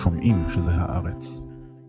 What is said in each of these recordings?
שומעים שזה הארץ.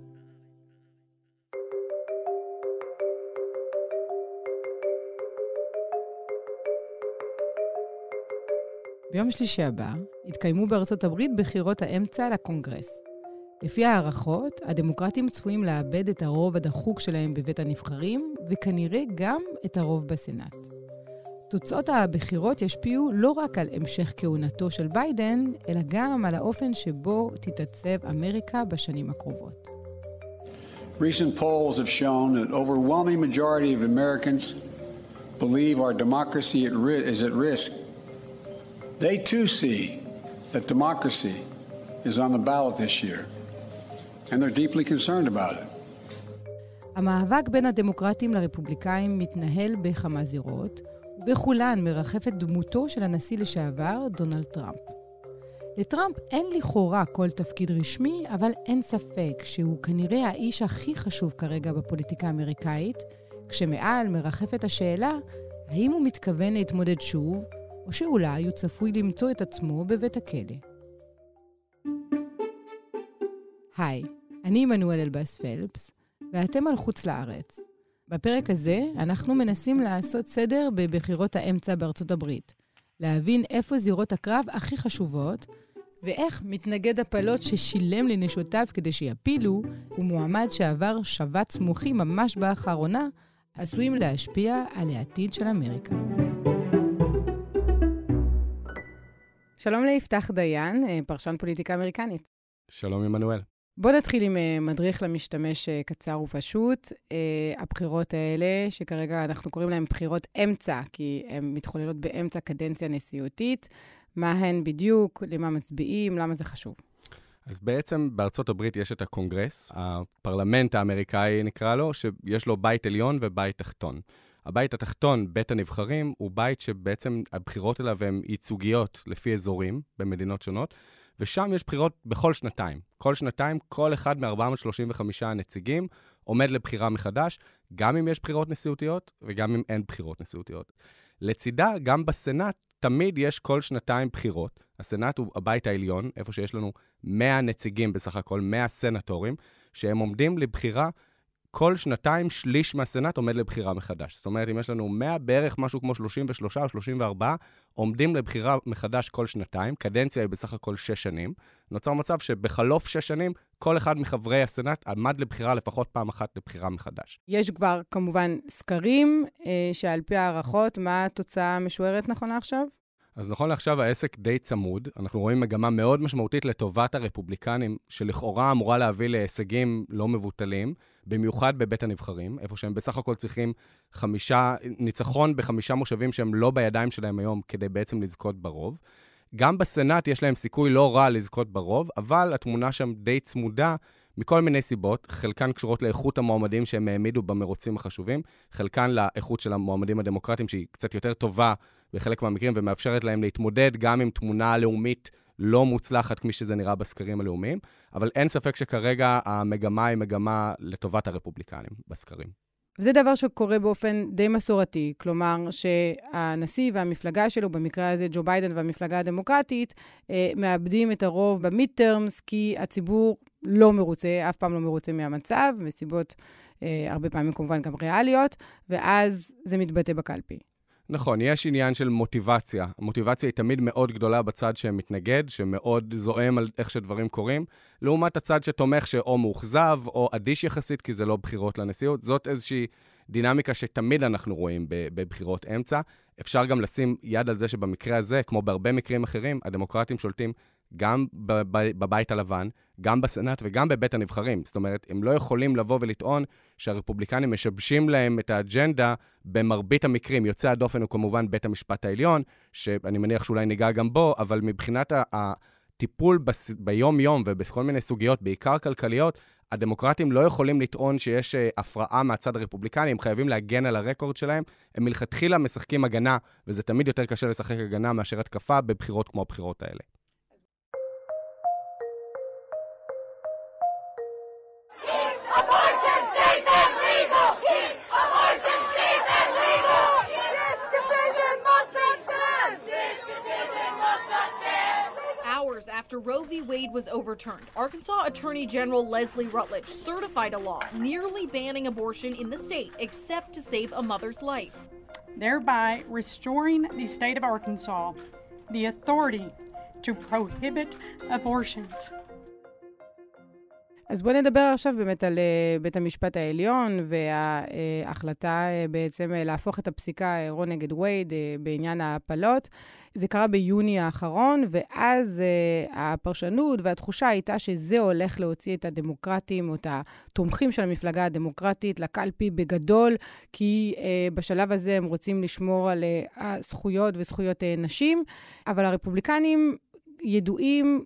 ביום שלישי הבא התקיימו בארצות הברית בחירות האמצע לקונגרס. לפי הערכות, הדמוקרטים צפויים לאבד את הרוב הדחוק שלהם בבית הנבחרים, וכנראה גם את הרוב בסנאט. תוצאות הבחירות ישפיעו לא רק על המשך כהונתו של ביידן, אלא גם על האופן שבו תתעצב אמריקה בשנים הקרובות. Recent polls have shown that overwhelming majority of Americans believe our democracy is at risk. They too see that democracy is on the ballot this year, and they're deeply concerned about it. המאבק בין הדמוקרטים לרפובליקאים מתנהל בכמה זירות, ובכולן מרחפת דמותו של הנשיא לשעבר, דונלד טראמפ. לטראמפ אין לכאורה כל תפקיד רשמי, אבל אין ספק שהוא כנראה האיש הכי חשוב כרגע בפוליטיקה האמריקאית, כשמעל מרחפת השאלה, האם הוא מתכוון להתמודד שוב, או שאולי הוא צפוי למצוא את עצמו בבית הכלא. היי, אני עמנואל אלבאס פלפס, ואתם על חוץ לארץ. בפרק הזה אנחנו מנסים לעשות סדר בבחירות האמצע בארצות הברית, להבין איפה זירות הקרב הכי חשובות, ואיך מתנגד הפלות ששילם לנשותיו כדי שיפילו, ומועמד שעבר שבץ מוחי ממש באחרונה, עשויים להשפיע על העתיד של אמריקה. שלום ליפתח דיין, פרשן פוליטיקה אמריקנית. שלום עמנואל. בוא נתחיל עם מדריך למשתמש קצר ופשוט. הבחירות האלה, שכרגע אנחנו קוראים להן בחירות אמצע, כי הן מתחוללות באמצע קדנציה נשיאותית. מה הן בדיוק, למה מצביעים, למה זה חשוב? אז בעצם בארצות הברית יש את הקונגרס, הפרלמנט האמריקאי נקרא לו, שיש לו בית עליון ובית תחתון. הבית התחתון, בית הנבחרים, הוא בית שבעצם הבחירות אליו הן ייצוגיות לפי אזורים במדינות שונות, ושם יש בחירות בכל שנתיים. כל שנתיים, כל אחד מ-435 הנציגים עומד לבחירה מחדש, גם אם יש בחירות נשיאותיות וגם אם אין בחירות נשיאותיות. לצידה, גם בסנאט, תמיד יש כל שנתיים בחירות. הסנאט הוא הבית העליון, איפה שיש לנו 100 נציגים בסך הכל, 100 סנטורים, שהם עומדים לבחירה כל שנתיים, שליש מהסנאט עומד לבחירה מחדש. זאת אומרת, אם יש לנו 100, בערך משהו כמו 33 או 34, עומדים לבחירה מחדש כל שנתיים, קדנציה היא בסך הכל 6 שנים. נוצר מצב שבחלוף 6 שנים, כל אחד מחברי הסנאט עמד לבחירה לפחות פעם אחת לבחירה מחדש. יש כבר כמובן סקרים, שעל פי הערכות, מה התוצאה המשוערת נכון לעכשיו? אז נכון לעכשיו העסק די צמוד, אנחנו רואים מגמה מאוד משמעותית לטובת הרפובליקנים, שלכאורה אמורה להביא להישגים לא מבוטלים, במיוחד בבית הנבחרים, איפה שהם בסך הכל צריכים ניצחון ב5 מושבים שהם לא בידיים שלהם היום, כדי בעצם לזכות ברוב. גם בסנאט יש להם סיכוי לא רע לזכות ברוב, אבל התמונה שם די צמודה מכל מיני סיבות, חלקן קשורות לאיכות המועמדים שהם העמידו במרוצים החשובים, חלקן לאיכות של המועמדים הדמוקרטיים שהיא קצת יותר טובה בחלק מהמקרים ומאפשרת להם להתמודד גם עם תמונה לאומית לא מוצלחת כמי שזה נראה בסקרים הלאומיים, אבל אין ספק שכרגע המגמה היא מגמה לטובת הרפובליקנים בסקרים. זה דבר שקורה באופן די מסורתי, כלומר שהנשיא והמפלגה שלו, במקרה הזה ג'ו ביידן והמפלגה הדמוקרטית, מאבדים את הרוב במידטרמס, כי הציבור לא מרוצה, אף פעם לא מרוצה מהמצב, מסיבות הרבה פעמים כמובן גם ריאליות, ואז זה מתבטא בקלפי. נכון, יש עניין של מוטיבציה. המוטיבציה היא תמיד מאוד גדולה בצד שמתנגד, שמאוד זועם על איך שדברים קורים, לעומת הצד שתומך שאו מאוכזב או אדיש יחסית, כי זה לא בחירות לנשיאות. זאת איזושהי דינמיקה שתמיד אנחנו רואים בבחירות אמצע. אפשר גם לשים יד על זה שבמקרה הזה, כמו בהרבה מקרים אחרים, הדמוקרטים שולטים גם בבית הלבן, גם בסנאט וגם בבית הנבחרים. זאת אומרת, הם לא יכולים לבוא ולטעון שהרפובליקנים משבשים להם את האג'נדה במרבית המקרים. יוצא הדופן הוא כמובן בית המשפט העליון, שאני מניח שאולי ניגע גם בו, אבל מבחינת הטיפול ביום-יום ובכל מיני סוגיות, בעיקר כלכליות, הדמוקרטים לא יכולים לטעון שיש הפרעה מהצד הרפובליקני, הם חייבים להגן על הרקורד שלהם, הם מלכתחילה משחקים הגנה, וזה תמיד יותר קשה לשחק הגנה מאשר התקפה בבחירות כמו הבחירות האלה. after Roe v. Wade was overturned, Arkansas Attorney General Leslie Rutledge certified a law nearly banning abortion in the state except to save a mother's life, thereby restoring the state of Arkansas the authority to prohibit abortions. אז בואו נדבר עכשיו באמת על בית המשפט העליון וההחלטה בעצם להפוך את הפסיקה רו נגד וייד בעניין ההפלות. זה קרה ביוני האחרון, ואז הפרשנות והתחושה הייתה שזה הולך להוציא את הדמוקרטים, או את התומכים של המפלגה הדמוקרטית, לקלפי בגדול, כי בשלב הזה הם רוצים לשמור על הזכויות וזכויות נשים, אבל הרפובליקנים ידועים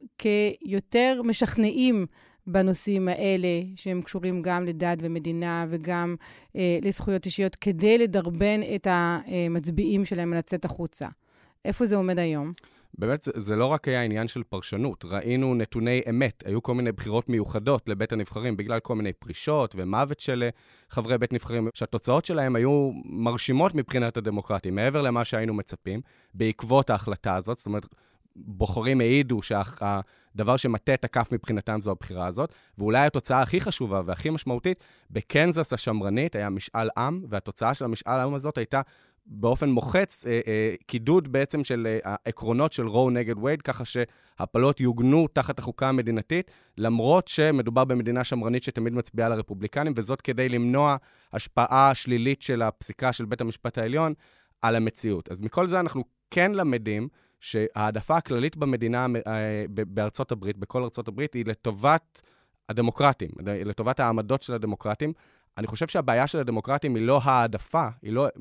כיותר משכנעים בנושאים האלה, שהם קשורים גם לדת ומדינה וגם לזכויות אישיות, כדי לדרבן את המצביעים שלהם לצאת החוצה. איפה זה עומד היום? באמת, זה לא רק היה עניין של פרשנות. ראינו נתוני אמת. היו כל מיני בחירות מיוחדות לבית הנבחרים, בגלל כל מיני פרישות ומוות של חברי בית נבחרים, שהתוצאות שלהם היו מרשימות מבחינת הדמוקרטים, מעבר למה שהיינו מצפים, בעקבות ההחלטה הזאת. זאת אומרת, בוחרים העידו שהדבר שמטה את הכף מבחינתם זו הבחירה הזאת, ואולי התוצאה הכי חשובה והכי משמעותית, בקנזס השמרנית היה משאל עם, והתוצאה של המשאל העם הזאת הייתה באופן מוחץ, קידוד בעצם של העקרונות של רו נגד וייד, ככה שהפלות יוגנו תחת החוקה המדינתית, למרות שמדובר במדינה שמרנית שתמיד מצביעה לרפובליקנים, וזאת כדי למנוע השפעה שלילית של הפסיקה של בית המשפט העליון על המציאות. אז מכל זה אנחנו כן למדים שהעדפה הכללית במדינה, בארצות הברית, בכל ארצות הברית, היא לטובת הדמוקרטים, לטובת העמדות של הדמוקרטים. אני חושב שהבעיה של הדמוקרטים היא לא העדפה, היא לא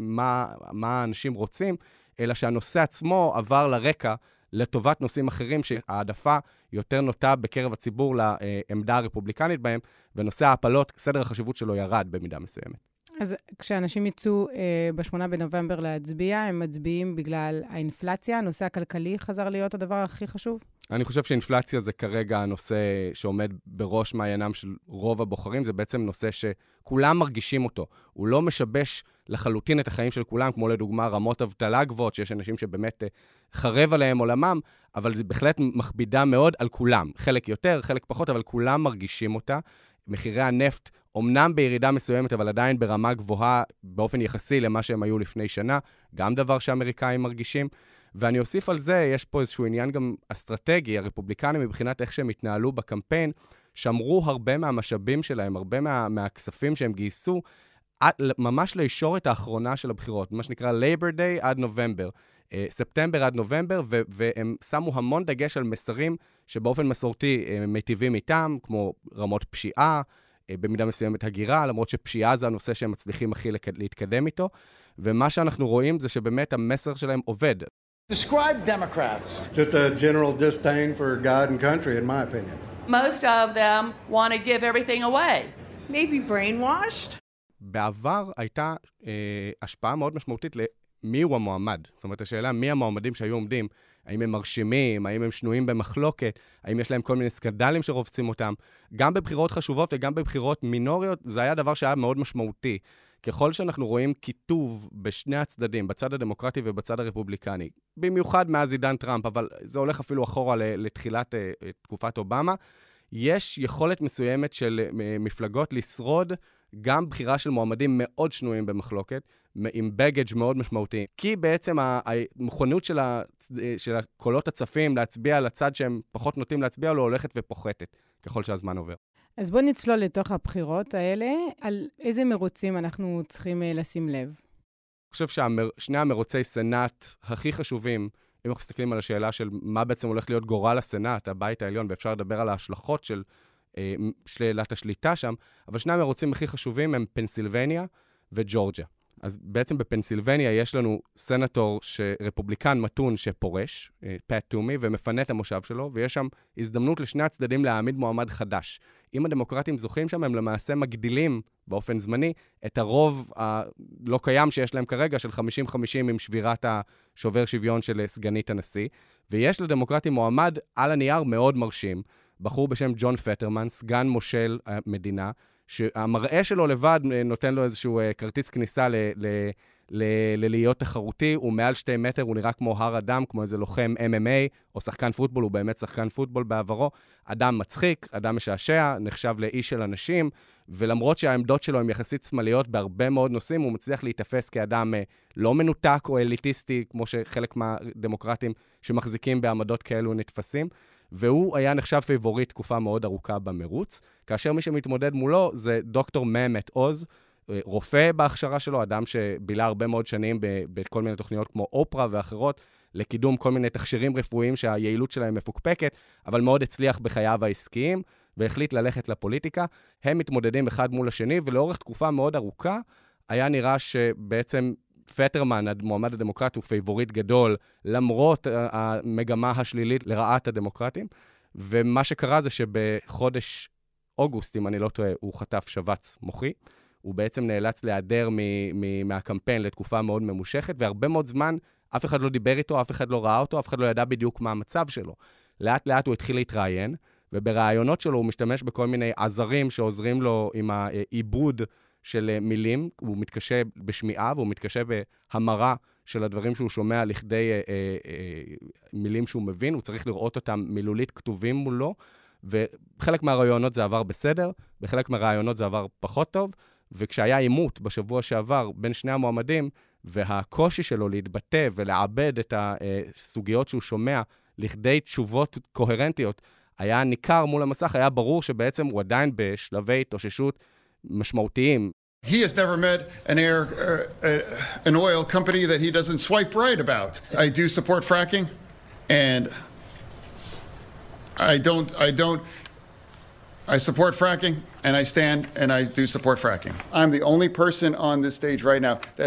מה אנשים רוצים, אלא שהנושא עצמו עבר לרקע לטובת נושאים אחרים, שהעדפה יותר נוטה בקרב הציבור לעמדה הרפובליקנית בהם, ונושא ההפלות, סדר החשיבות שלו ירד במידה מסוימת. אז כשאנשים יצאו ב8 בנובמבר להצביע, הם מצביעים בגלל האינפלציה, הנושא הכלכלי חזר להיות הדבר הכי חשוב? אני חושב שאינפלציה זה כרגע הנושא שעומד בראש מעיינם של רוב הבוחרים, זה בעצם נושא שכולם מרגישים אותו. הוא לא משבש לחלוטין את החיים של כולם, כמו לדוגמה רמות אבטלה גבוהות, שיש אנשים שבאמת חרב עליהם עולמם, אבל זה בהחלט מכבידה מאוד על כולם. חלק יותר, חלק פחות, אבל כולם מרגישים אותה. מחירי הנפט אומנם בירידה מסוימת, אבל עדיין ברמה גבוהה באופן יחסי למה שהם היו לפני שנה, גם דבר שאמריקאים מרגישים. ואני אוסיף על זה, יש פה איזשהו עניין גם אסטרטגי, הרפובליקנים מבחינת איך שהם התנהלו בקמפיין, שמרו הרבה מהמשאבים שלהם, הרבה מהכספים שהם גייסו, ממש לישורת האחרונה של הבחירות, מה שנקרא Labor Day עד נובמבר, ספטמבר עד נובמבר, והם שמו המון דגש על מסרים שבאופן מסורתי מיטיבים איתם, כמו רמות פשיעה, במידה מסוימת הגירה, למרות שפשיעה זה הנושא שהם מצליחים הכי להתקדם איתו, ומה שאנחנו רואים זה שבאמת המסר שלהם עובד. Describe Democrats. Just a general disdain for God and country, in my opinion. Most of them want to give everything away. Maybe brainwashed? בעבר הייתה השפעה מאוד משמעותית למי הוא המועמד. זאת אומרת, השאלה מי המועמדים שהיו עומדים, האם הם מרשימים, האם הם שנויים במחלוקת, האם יש להם כל מיני סקנדלים שרובצים אותם. גם בבחירות חשובות וגם בבחירות מינוריות, זה היה דבר שהיה מאוד משמעותי. ככל שאנחנו רואים כיתוב בשני הצדדים, בצד הדמוקרטי ובצד הרפובליקני, במיוחד מאז עידן טראמפ, אבל זה הולך אפילו אחורה לתחילת תקופת אובמה, יש יכולת מסוימת של מפלגות לשרוד גם בחירה של מועמדים מאוד שנויים במחלוקת, עם בגאג' מאוד משמעותי. כי בעצם המוכנות של הקולות הצפים להצביע על הצד שהם פחות נוטים להצביע לו הולכת ופוחתת ככל שהזמן עובר. אז בואו נצלול לתוך הבחירות האלה, על איזה מרוצים אנחנו צריכים לשים לב. אני חושב ששני המרוצי סנאט הכי חשובים, אם אנחנו מסתכלים על השאלה של מה בעצם הולך להיות גורל הסנאט, הבית העליון, ואפשר לדבר על ההשלכות של שלילת השליטה שם, אבל שני המרוצים הכי חשובים הם פנסילבניה וג'ורג'יה. אז בעצם בפנסילבניה יש לנו סנטור רפובליקן מתון שפורש, פט טומי, ומפנה את המושב שלו, ויש שם הזדמנות לשני הצדדים להעמיד מועמד חדש. אם הדמוקרטים זוכים שם, הם למעשה מגדילים באופן זמני את הרוב הלא קיים שיש להם כרגע של 50-50 עם שבירת השובר שוויון של סגנית הנשיא, ויש לדמוקרטים מועמד על הנייר מאוד מרשים, בחור בשם ג'ון פטרמן, סגן מושל המדינה, שהמראה שלו לבד נותן לו איזשהו כרטיס כניסה להיות תחרותי, הוא מעל 2 מטר, הוא נראה כמו הר אדם, כמו איזה לוחם MMA, או שחקן פוטבול, הוא באמת שחקן פוטבול בעברו, אדם מצחיק, אדם משעשע, נחשב לאיש של אנשים, ולמרות שהעמדות שלו הן יחסית שמאליות בהרבה מאוד נושאים, הוא מצליח להתאפס כאדם לא מנותק או אליטיסטי, כמו שחלק מהדמוקרטים שמחזיקים בעמדות כאלו נתפסים, והוא היה נחשב פייבוריט תקופה מאוד ארוכה במרוץ, כאשר מי שמתמודד מולו זה דוקטור ממת עוז, רופא בהכשרה שלו, אדם שבילה הרבה מאוד שנים בכל מיני תוכניות כמו אופרה ואחרות, לקידום כל מיני תכשירים רפואיים שהיעילות שלהם מפוקפקת, אבל מאוד הצליח בחייו העסקיים, והחליט ללכת לפוליטיקה. הם מתמודדים אחד מול השני, ולאורך תקופה מאוד ארוכה, היה נראה שבעצם פטרמן, המועמד הדמוקרט, הוא פייבוריט גדול, למרות המגמה השלילית לרעת הדמוקרטים, ומה שקרה זה שבחודש אוגוסט, אם אני לא טועה, הוא חטף שבץ מוחי, הוא בעצם נאלץ להיעדר מהקמפיין לתקופה מאוד ממושכת, והרבה מאוד זמן אף אחד לא דיבר איתו, אף אחד לא ראה אותו, אף אחד לא ידע בדיוק מה המצב שלו. לאט לאט הוא התחיל להתראיין, וברעיונות שלו הוא משתמש בכל מיני עזרים שעוזרים לו עם העיבוד של מילים, הוא מתקשה בשמיעה, והוא מתקשה בהמרה של הדברים שהוא שומע לכדי מילים שהוא מבין, הוא צריך לראות אותם מילולית כתובים מולו, וחלק מהרעיונות זה עבר בסדר, בחלק מהרעיונות זה עבר פחות טוב, וכשהיה עימות בשבוע שעבר בין שני המועמדים, והקושי שלו להתבטא ולעבד את הסוגיות שהוא שומע לכדי תשובות קוהרנטיות, היה ניכר מול המסך, היה ברור שבעצם הוא עדיין בשלבי התאוששות משמעותיים. He has never met an oil company that he doesn't swipe right about. I do support fracking, and I support fracking, and I stand and I do support fracking. I'm the only person on this stage right now that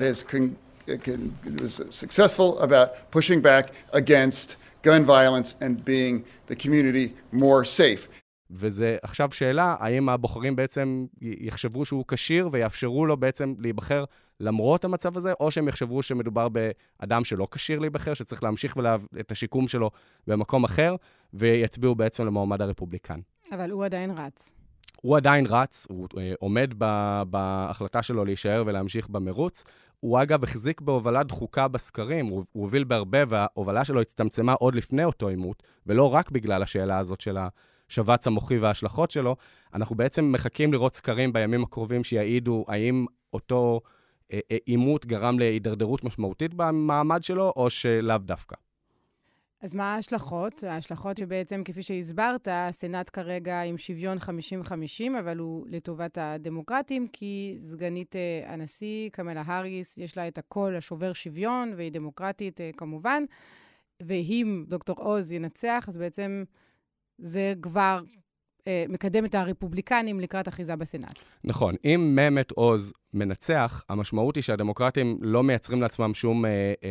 was successful about pushing back against gun violence and being the community more safe. וזה עכשיו שאלה, האם הבוחרים בעצם יחשבו שהוא כשיר ויאפשרו לו בעצם להיבחר למרות המצב הזה, או שהם יחשבו שמדובר באדם שלא כשיר להיבחר, שצריך להמשיך את השיקום שלו במקום אחר, ויצביעו בעצם למועמד הרפובליקן. אבל הוא עדיין רץ. הוא עדיין רץ, הוא עומד בהחלטה שלו להישאר ולהמשיך במרוץ. הוא אגב החזיק בהובלה דחוקה בסקרים, הוא הוביל בהרבה, וההובלה שלו הצטמצמה עוד לפני אותו עימות, ולא רק בגלל השאלה הזאת של השבץ המוחי וההשלכות שלו. אנחנו בעצם מחכים לראות סקרים בימים הקרובים שיעידו האם אותו עימות גרם להידרדרות משמעותית במעמד שלו, או שלאו דווקא. אז מה ההשלכות? ההשלכות שבעצם, כפי שהסברת, הסנאט כרגע עם שוויון 50-50, אבל הוא לטובת הדמוקרטים, כי סגנית הנשיא, קמלה האריס, יש לה את הקול השובר שוויון, והיא דמוקרטית כמובן, ואם דוקטור עוז ינצח, אז בעצם זה כבר מקדם את הרפובליקנים לקראת אחיזה בסנאט. נכון. אם ממת עוז מנצח, המשמעות היא שהדמוקרטים לא מייצרים לעצמם שום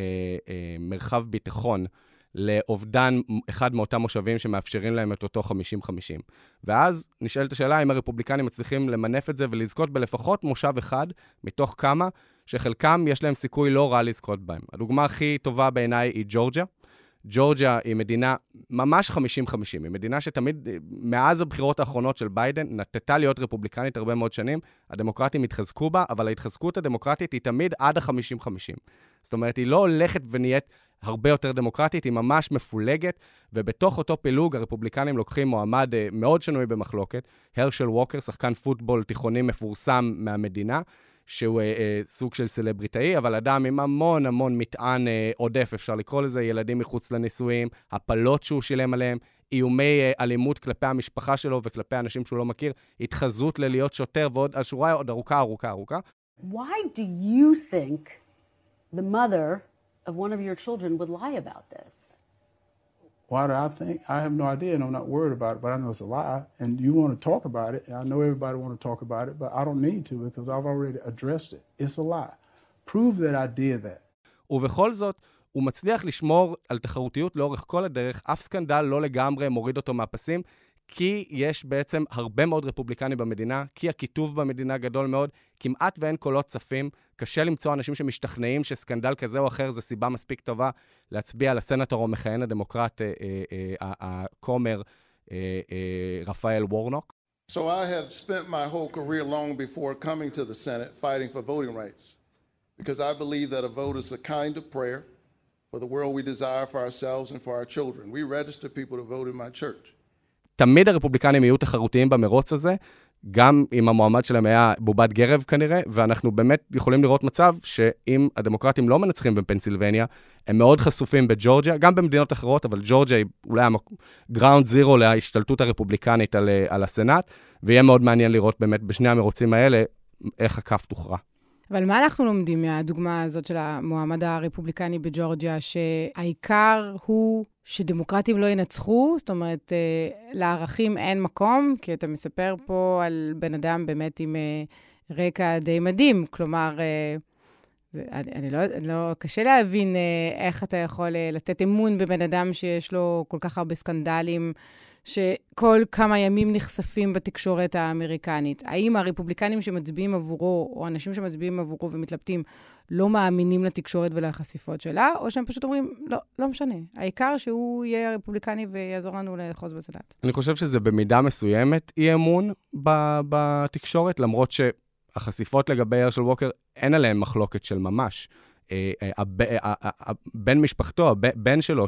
מרחב ביטחון, לאובדן אחד מאותם מושבים שמאפשרים להם את אותו 50-50. ואז נשאלת השאלה אם הרפובליקנים מצליחים למנף את זה ולזכות בלפחות מושב אחד מתוך כמה שחלקם יש להם סיכוי לא רע לזכות בהם. הדוגמה הכי טובה בעיניי היא ג'ורג'יה. ג'ורג'יה היא מדינה ממש 50-50, היא מדינה שתמיד, מאז הבחירות האחרונות של ביידן, נטטה להיות רפובליקנית הרבה מאוד שנים, הדמוקרטים התחזקו בה, אבל ההתחזקות הדמוקרטית היא תמיד עד ה-50-50. זאת אומרת, היא לא הולכת ונהיית הרבה יותר דמוקרטית, היא ממש מפולגת, ובתוך אותו פילוג הרפובליקנים לוקחים מועמד מאוד שנוי במחלוקת, הרשל ווקר, שחקן פוטבול תיכוני מפורסם מהמדינה, שהוא סוג של סלבריטאי, אבל אדם עם המון המון מטען עודף, אפשר לקרוא לזה, ילדים מחוץ לנישואים, הפלות שהוא שילם עליהם, איומי אלימות כלפי המשפחה שלו וכלפי אנשים שהוא לא מכיר, התחזות ללהיות שוטר, ועוד השורה עוד ארוכה. Why do you think the mother of one of your children would lie about this? Why do I think? I have no idea, and I'm not worried about it, but I know it's a lie, and you want to talk about it, and I know everybody want to talk about it, but I don't need to because I've already addressed it. It's a lie. Prove that I did that. ובכל זאת, הוא מצליח לשמור על תחרותיות לאורך כל הדרך, אף סקנדל לא לגמרי מוריד אותו מהפסים, כי יש בעצם הרבה מאוד רפובליקנים במדינה, כי הכיתוב במדינה גדול מאוד, כמעט ואין קולות צפים, קשה למצוא אנשים שמשתכנעים שסקנדל כזה או אחר זה סיבה מספיק טובה להצביע לסנטור או מכהן הדמוקרט, הכומר רפאל וורנוק. So I have spent my whole career long before coming to the Senate fighting for voting rights, because I believe that a vote is a kind of prayer for the world we desire for ourselves and for our children. We register people to vote in my church. תמיד הרפובליקנים יהיו תחרותיים במרוץ הזה, גם אם המועמד שלהם היה בובת גרב כנראה, ואנחנו באמת יכולים לראות מצב שאם הדמוקרטים לא מנצחים בפנסילבניה, הם מאוד חשופים בג'ורג'יה, גם במדינות אחרות, אבל ג'ורג'יה היא אולי גראונד זירו להשתלטות הרפובליקנית על הסנאט, ויהיה מאוד מעניין לראות באמת בשני המרוצים האלה איך הכף תוכרע. אבל מה אנחנו לומדים מהדוגמה הזאת של המועמד הרפובליקני בג'ורג'יה, שהעיקר הוא שדמוקרטים לא ינצחו, זאת אומרת, לערכים אין מקום, כי אתה מספר פה על בן אדם באמת עם רקע די מדהים, כלומר, קשה להבין איך אתה יכול לתת אמון בבן אדם שיש לו כל כך הרבה סקנדלים, שכל כמה ימים נחשפים בתקשורת האמריקנית. האם הרפובליקנים שמצביעים עבורו, או אנשים שמצביעים עבורו ומתלבטים, לא מאמינים לתקשורת ולחשיפות שלה, או שהם פשוט אומרים, לא משנה. העיקר שהוא יהיה רפובליקני ויעזור לנו לחוז בסנאט. אני חושב שזה במידה מסוימת אי אמון בתקשורת, למרות שהחשיפות לגבי הרשל ווקר, אין עליהן מחלוקת של ממש. בן משפחתו, הבן שלו,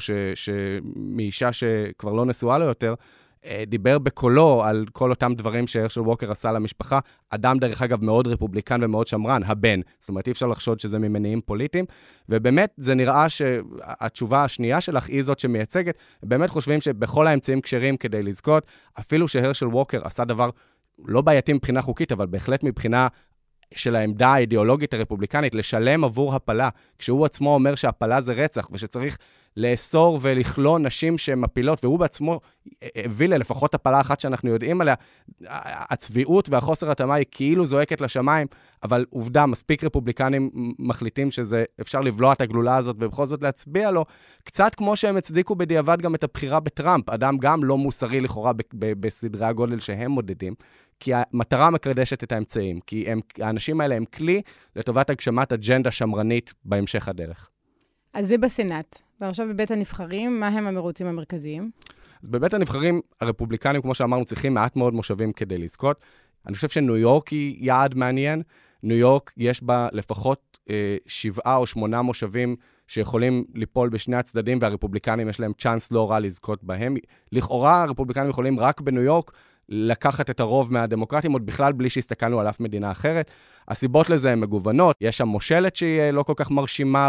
מאישה שכבר לא נשואה לו יותר, דיבר בקולו על כל אותם דברים שהרשל ווקר עשה למשפחה. אדם דרך אגב מאוד רפובליקן ומאוד שמרן, הבן. זאת אומרת, אי אפשר לחשוד שזה ממניעים פוליטיים, ובאמת זה נראה שהתשובה השנייה שלך היא זאת שמייצגת, באמת חושבים שבכל האמצעים כשרים כדי לזכות, אפילו שהרשל ווקר עשה דבר לא בעייתי מבחינה חוקית, אבל בהחלט מבחינה של העמדה האידיאולוגית הרפובליקנית, לשלם עבור הפלה, כשהוא עצמו אומר שהפלה זה רצח, ושצריך לאסור ולכלוא נשים שמפילות, והוא בעצמו הביא לפחות הפלה אחת שאנחנו יודעים עליה, הצביעות והחוסר התאמה היא כאילו זועקת לשמיים, אבל עובדה, מספיק רפובליקנים מחליטים שזה אפשר לבלוע את הגלולה הזאת, ובכל זאת להצביע לו, קצת כמו שהם הצדיקו בדיעבד גם את הבחירה בטראמפ, אדם גם לא מוסרי לכאורה בסדרי הגודל שהם מודדים, כי המטרה מקרדשת את האמצעים, כי האנשים האלה הם כלי לטובת הגשמת אג'נדה שמרנית בהמשך הדרך. אז זה בסנאט, ועכשיו בבית הנבחרים, מה הם המרוצים המרכזיים? אז בבית הנבחרים, הרפובליקנים, כמו שאמרנו, צריכים מעט מאוד מושבים כדי לזכות. אני חושב שניו יורק היא יעד מעניין. ניו יורק יש בה לפחות 7 או 8 מושבים שיכולים ליפול בשני הצדדים, והרפובליקנים יש להם צ'אנס לא רע לזכות בהם. לכאורה, הרפובליקנים יכולים רק בניו יורק לקחת את הרוב מהדמוקרטים, עוד בכלל בלי שהסתכלנו על אף מדינה אחרת. הסיבות לזה הן מגוונות. יש שם מושלת שהיא לא כל כך מרשימה,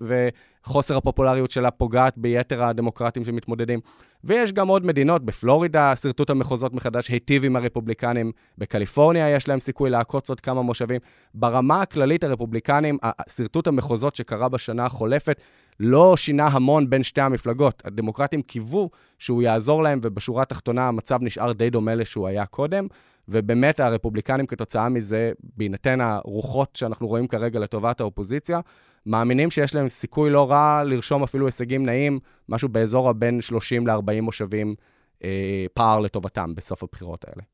וחוסר הפופולריות שלה פוגעת ביתר הדמוקרטים שמתמודדים. ויש גם עוד מדינות, בפלורידה, סרטוט המחוזות מחדש היטיב עם הרפובליקנים, בקליפורניה יש להם סיכוי לעקוץ עוד כמה מושבים. ברמה הכללית הרפובליקנים, סרטוט המחוזות שקרה בשנה החולפת, לא שינה המון בין שתי המפלגות. הדמוקרטים קיוו שהוא יעזור להם, ובשורה התחתונה המצב נשאר די דומה לשהוא היה קודם, ובאמת הרפובליקנים כתוצאה מזה, בהינתן הרוחות שאנחנו רואים כרגע לטובת האופוזיציה, מאמינים שיש להם סיכוי לא רע לרשום אפילו הישגים נעים, משהו באזור הבין 30 ל-40 מושבים פער לטובתם בסוף הבחירות האלה.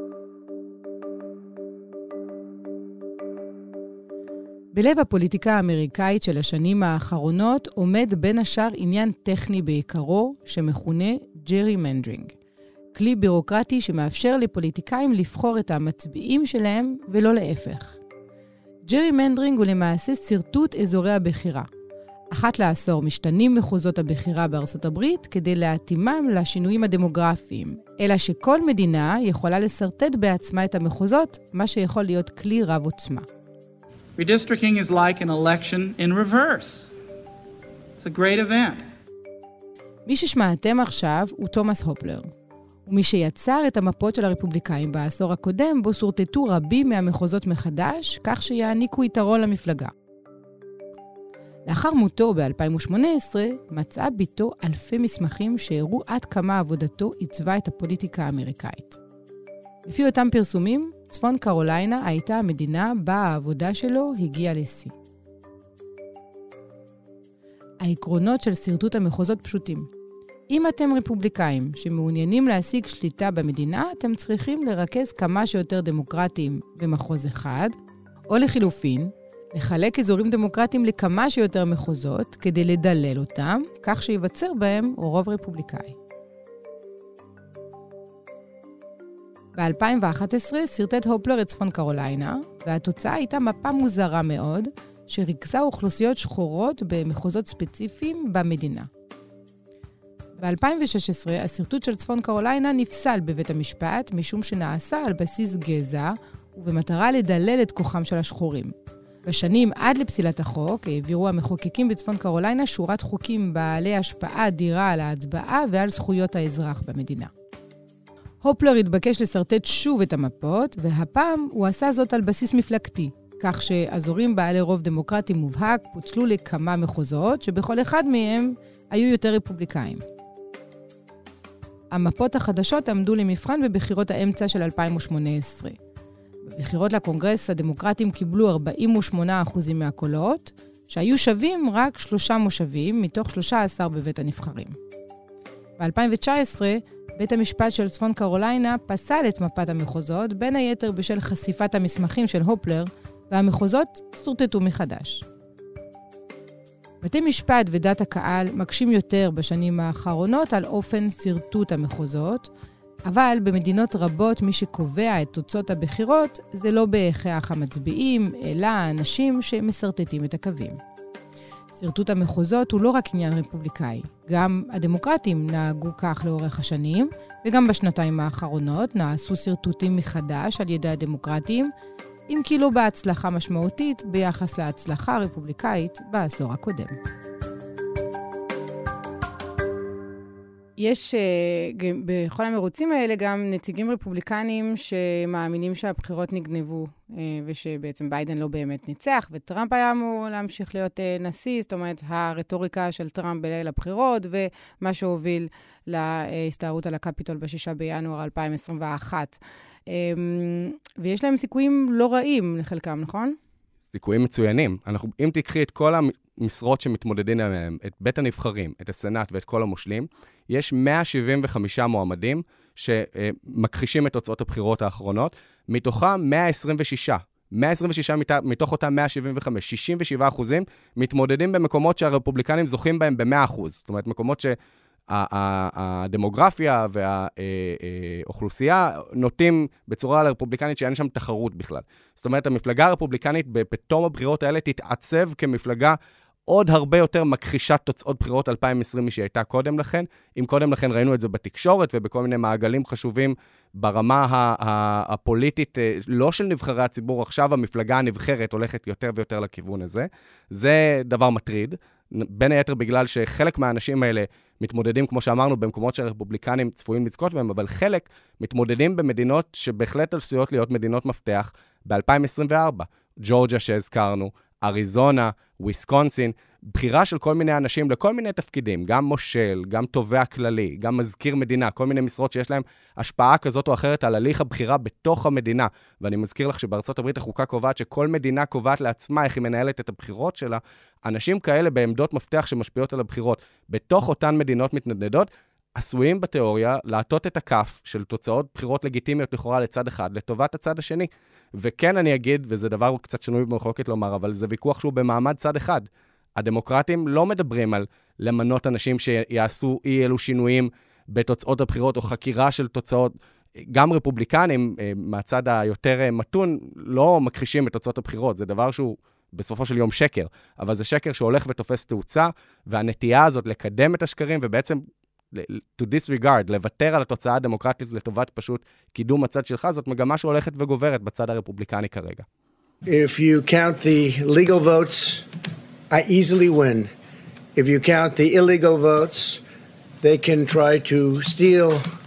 בלב הפוליטיקה האמריקאית של השנים האחרונות עומד בין השאר עניין טכני בעיקרו שמכונה ג'רימנדרינג. כלי בירוקרטי שמאפשר לפוליטיקאים לבחור את המצביעים שלהם ולא להפך. ג'רימנדרינג הוא למעשה סרטוט אזורי הבחירה. אחת לעשור משתנים מחוזות הבחירה בארצות הברית כדי להתאימם לשינויים הדמוגרפיים, אלא שכל מדינה יכולה לסרטט בעצמה את המחוזות, מה שיכול להיות כלי רב עוצמה. Redistricting is like an election in reverse. It's a great event. מי ששמעתם עכשיו הוא תומאס הופלר. ומי שיצר את המפות של הרפובליקאים בעשור הקודם, בו סורטטו רבים מהמחוזות מחדש, כך שיעניקו יתרון למפלגה. לאחר מותו ב-2018, מצאה ביתו אלפי מסמכים שהראו עד כמה עבודתו עיצבה את הפוליטיקה האמריקאית. לפי אותם פרסומים, צפון קרוליינה הייתה המדינה בה העבודה שלו הגיעה לשיא. העקרונות של סרטוט המחוזות פשוטים. אם אתם רפובליקאים שמעוניינים להשיג שליטה במדינה, אתם צריכים לרכז כמה שיותר דמוקרטים במחוז אחד, או לחילופין, לחלק אזורים דמוקרטיים לכמה שיותר מחוזות כדי לדלל אותם, כך שיווצר בהם רוב רפובליקאי. ב-2011 סרטט הופלר את צפון קרוליינה, והתוצאה הייתה מפה מוזרה מאוד, שריכזה אוכלוסיות שחורות במחוזות ספציפיים במדינה. ב-2016 הסרטוט של צפון קרוליינה נפסל בבית המשפט, משום שנעשה על בסיס גזע, ובמטרה לדלל את כוחם של השחורים. בשנים עד לפסילת החוק העבירו המחוקקים בצפון קרוליינה שורת חוקים בעלי השפעה אדירה על ההצבעה ועל זכויות האזרח במדינה. הופלר התבקש לסרטט שוב את המפות, והפעם הוא עשה זאת על בסיס מפלגתי, כך שאזורים בעלי רוב דמוקרטי מובהק פוצלו לכמה מחוזות, שבכל אחד מהם היו יותר רפובליקאים. המפות החדשות עמדו למבחן בבחירות האמצע של 2018. בבחירות לקונגרס הדמוקרטים קיבלו 48% מהקולות, שהיו שווים רק 3 מושבים מתוך 13 בבית הנבחרים. ב-2019, בית המשפט של צפון קרוליינה פסל את מפת המחוזות, בין היתר בשל חשיפת המסמכים של הופלר, והמחוזות סורטטו מחדש. בתי משפט ודעת הקהל מקשים יותר בשנים האחרונות על אופן סרטוט המחוזות, אבל במדינות רבות מי שקובע את תוצאות הבחירות זה לא בהכרח המצביעים, אלא האנשים שמסרטטים את הקווים. סרטוט המחוזות הוא לא רק עניין רפובליקאי, גם הדמוקרטים נהגו כך לאורך השנים, וגם בשנתיים האחרונות נעשו סרטוטים מחדש על ידי הדמוקרטים, אם כי לא בהצלחה משמעותית ביחס להצלחה הרפובליקאית בעשור הקודם. יש בכל המרוצים האלה גם נציגים רפובליקנים שמאמינים שהבחירות נגנבו, ושבעצם ביידן לא באמת ניצח, וטראמפ היה אמור להמשיך להיות נשיא, זאת אומרת, הרטוריקה של טראמפ בליל הבחירות, ומה שהוביל להסתערות על הקפיטול ב6 בינואר 2021. ויש להם סיכויים לא רעים לחלקם, נכון? סיכויים מצוינים. אם תקחי את כל המשרות שמתמודדים עליהם, את בית הנבחרים, את הסנאט ואת כל המושלים, יש 175 מועמדים שמכחישים את תוצאות הבחירות האחרונות, מתוכם 126 מתוך אותם 175, 67% מתמודדים במקומות שהרפובליקנים זוכים בהם ב-100%. זאת אומרת, מקומות שהדמוגרפיה והאוכלוסייה נוטים בצורה לרפובליקנית שאין שם תחרות בכלל. זאת אומרת, המפלגה הרפובליקנית בתום הבחירות האלה תתעצב כמפלגה עוד הרבה יותר מכחישת תוצאות בחירות 2020 שהייתה קודם לכן. אם קודם לכן ראינו את זה בתקשורת ובכל מיני מעגלים חשובים ברמה הפוליטית, לא של נבחרי הציבור, עכשיו המפלגה הנבחרת הולכת יותר ויותר לכיוון הזה. זה דבר מטריד, בין היתר בגלל שחלק מהאנשים האלה מתמודדים, כמו שאמרנו, במקומות שהרפובליקנים צפויים לזכות בהם, אבל חלק מתמודדים במדינות שבהחלט עשויות להיות מדינות מפתח ב-2024. ג'ורג'יה שהזכרנו, אריזונה, וויסקונסין, בחירה של כל מיני אנשים לכל מיני תפקידים, גם מושל, גם תובע כללי, גם מזכיר מדינה, כל מיני משרות שיש להם השפעה כזאת או אחרת על הליך הבחירה בתוך המדינה. ואני מזכיר לך שבארצות הברית החוקה קובעת שכל מדינה קובעת לעצמה איך היא מנהלת את הבחירות שלה. אנשים כאלה בעמדות מפתח שמשפיעות על הבחירות בתוך אותן מדינות מתנדנדות, עשויים בתיאוריה להטות את הכף של תוצאות בחירות לגיטימיות לכאורה לצד אחד, לטובת הצד השני. וכן אני אגיד, וזה דבר קצת שנוי במחלוקת לומר, אבל זה ויכוח שהוא במעמד צד אחד. הדמוקרטים לא מדברים על למנות אנשים שיעשו אי אלו שינויים בתוצאות הבחירות או חקירה של תוצאות. גם רפובליקנים מהצד היותר מתון לא מכחישים את תוצאות הבחירות. זה דבר שהוא בסופו של יום שקר, אבל זה שקר שהולך ותופס תאוצה, והנטייה הזאת לקדם את השקרים ובעצם to disregard, לוותר על התוצאה הדמוקרטית לטובת פשוט קידום הצד שלך, זאת מגמה שהולכת וגוברת בצד הרפובליקני כרגע. If you count the legal votes, I easily win. If you count the illegal votes, they can try to steal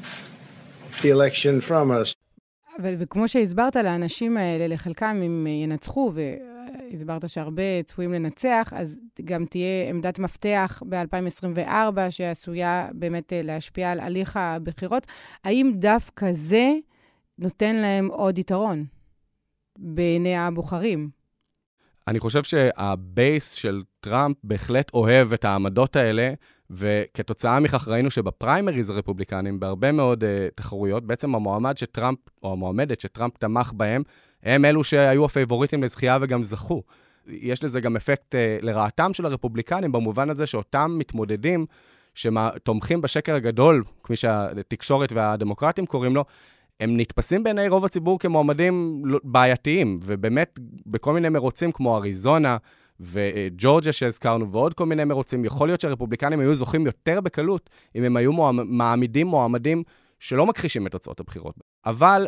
the election from us. וכמו שהסברת לאנשים האלה, לחלקם אם ינצחו, והסברת שהרבה צפויים לנצח, אז גם תהיה עמדת מפתח ב-2024, שעשויה באמת להשפיע על הליך הבחירות. האם דווקא זה נותן להם עוד יתרון בעיני הבוחרים? אני חושב שהבייס של טראמפ בהחלט אוהב את העמדות האלה, וכתוצאה מכך ראינו שבפריימריז הרפובליקנים, בהרבה מאוד תחרויות, בעצם המועמד שטראמפ, או המועמדת שטראמפ תמך בהם, הם אלו שהיו הפייבוריטים לזכייה וגם זכו. יש לזה גם אפקט לרעתם של הרפובליקנים, במובן הזה שאותם מתמודדים, שתומכים בשקר הגדול, כפי שהתקשורת והדמוקרטים קוראים לו, הם נתפסים בעיני רוב הציבור כמועמדים בעייתיים, ובאמת בכל מיני מרוצים כמו אריזונה וג'ורג'יה שהזכרנו, ועוד כל מיני מרוצים, יכול להיות שהרפובליקנים היו זוכים יותר בקלות, אם הם היו מעמידים מועמדים שלא מכחישים את תוצאות הבחירות. אבל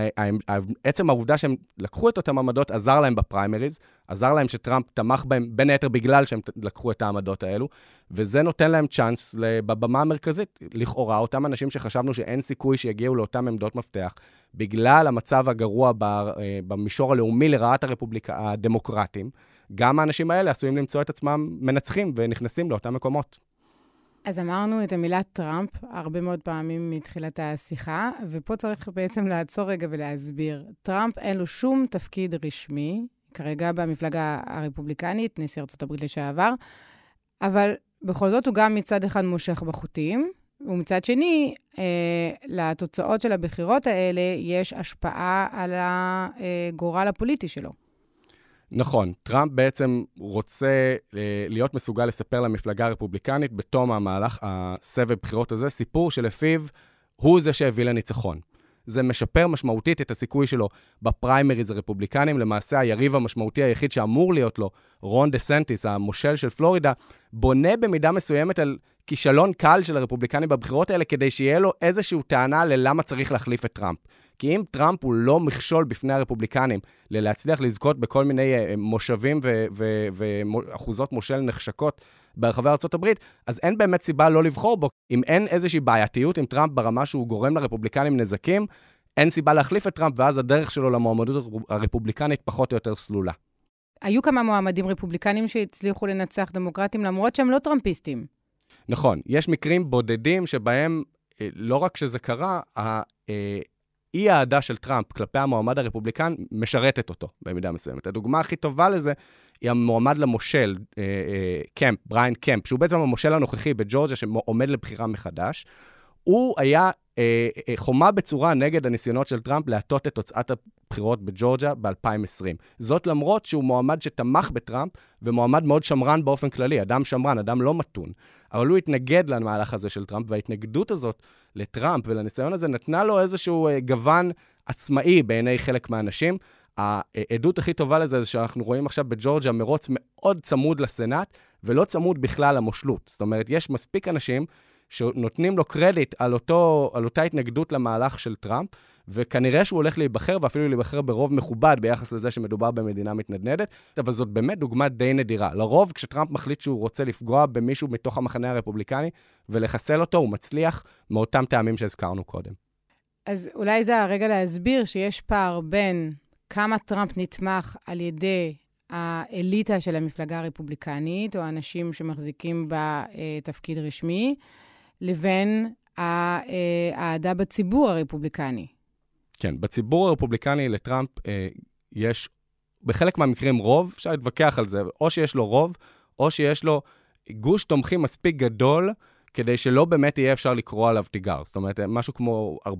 עצם העובדה שהם לקחו את אותם עמדות עזר להם בפריימריז, עזר להם שטראמפ תמך בהם, בין היתר בגלל שהם לקחו את העמדות האלו, וזה נותן להם צ'אנס בבמה המרכזית, לכאורה, אותם אנשים שחשבנו שאין סיכוי שיגיעו לאותם עמדות מפתח, בגלל המצב הגרוע במישור הלאומי לרעת הדמוקרטים, גם האנשים האלה עשויים למצוא את עצמם מנצחים ונכנסים לאותם מקומות. אז אמרנו את המילה טראמפ הרבה מאוד פעמים מתחילת השיחה, ופה צריך בעצם לעצור רגע ולהסביר. טראמפ אין לו שום תפקיד רשמי, כרגע במפלגה הרפובליקנית, נשיא ארצות הברית לשעבר, אבל בכל זאת הוא גם מצד אחד מושך בחוטים, ומצד שני, לתוצאות של הבחירות האלה יש השפעה על הגורל הפוליטי שלו. נכון, טראמפ בעצם רוצה להיות מסוגל לספר למפלגה הרפובליקנית בתום המהלך הסבב בחירות הזה, סיפור שלפיו הוא זה שהביא לניצחון. זה משפר משמעותית את הסיכוי שלו בפריימריז הרפובליקנים, למעשה היריב המשמעותי היחיד שאמור להיות לו, רון דה סנטיס, המושל של פלורידה, בונה במידה מסוימת על כישלון קל של הרפובליקנים בבחירות האלה, כדי שיהיה לו איזושהי טענה ללמה צריך להחליף את טראמפ. כי אם טראמפ הוא לא מכשול בפני הרפובליקנים להצליח לזכות בכל מיני מושבים ואחוזות מושל נחשקות ברחבי ארצות הברית, אז אין באמת סיבה לא לבחור בו. אם אין איזושהי בעייתיות עם טראמפ ברמה שהוא גורם לרפובליקנים נזקים, אין סיבה להחליף את טראמפ, ואז הדרך שלו למועמדות הרפובליקנית פחות או יותר סלולה. היו כמה מועמדים רפובליקנים שהצליחו לנצח דמוקרטים, למרות שהם לא טראמפיסטים. נכון, יש מקרים בודדים שבהם, לא רק שזה קרה, אי העדה של טראמפ כלפי המועמד הרפובליקן משרתת אותו במידה מסוימת. הדוגמה הכי טובה לזה היא המועמד למושל, קמפ, בריין קמפ, שהוא בעצם המושל הנוכחי בג'ורג'יה שעומד לבחירה מחדש. הוא היה חומה בצורה נגד הניסיונות של טראמפ להטות את תוצאת הבחירות בג'ורג'יה ב-2020. זאת למרות שהוא מועמד שתמך בטראמפ, ומועמד מאוד שמרן באופן כללי, אדם שמרן, אדם לא מתון. אבל הוא התנגד למהלך הזה של טראמפ, וההתנגדות הזאת לטראמפ ולניסיון הזה נתנה לו איזשהו גוון עצמאי בעיני חלק מהאנשים. העדות הכי טובה לזה זה שאנחנו רואים עכשיו בג'ורג'יה מרוץ מאוד צמוד לסנאט, ולא צמוד בכלל למושלות. זאת אומרת, יש מספיק אנשים שנותנים לו קרדיט על אותה התנגדות למהלך של טראמפ, וכנראה שהוא הולך להיבחר, ואפילו להיבחר ברוב מכובד ביחס לזה שמדובר במדינה מתנדנדת, אבל זאת באמת דוגמה די נדירה. לרוב, כשטראמפ מחליט שהוא רוצה לפגוע במישהו מתוך המחנה הרפובליקני, ולחסל אותו, הוא מצליח מאותם טעמים שהזכרנו קודם. אז אולי זה הרגע להסביר שיש פער בין כמה טראמפ נתמך על ידי האליטה של המפלגה הרפובליקנית, או האנשים שמחזיקים בתפקיד רשמי, לבין העדה בציבור הרפובליקני. כן, בציבור הרפובליקני לטראמפ יש בחלק מהמקרים רוב, אפשר להתווכח על זה, או שיש לו רוב, או שיש לו גוש תומכים מספיק גדול, כדי שלא באמת יהיה אפשר לקרוא עליו תיגר. זאת אומרת, משהו כמו 40-42%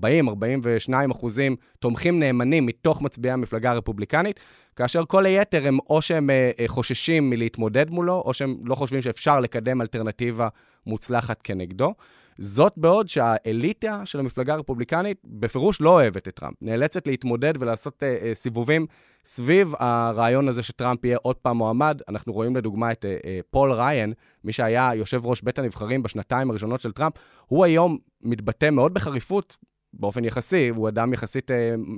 תומכים נאמנים מתוך מצביעי המפלגה הרפובליקנית, כאשר כל היתר הם או שהם חוששים מלהתמודד מולו, או שהם לא חושבים שאפשר לקדם אלטרנטיבה מוצלחת כנגדו. זאת בעוד שהאליטה של המפלגה הרפובליקנית בפירוש לא אוהבת את טראמפ. נאלצת להתמודד ולעשות סיבובים סביב הרעיון הזה שטראמפ יהיה עוד פעם מועמד. אנחנו רואים לדוגמה את פול ריין, מי שהיה יושב ראש בית הנבחרים בשנתיים הראשונות של טראמפ, הוא היום מתבטא מאוד בחריפות, באופן יחסי, הוא אדם יחסית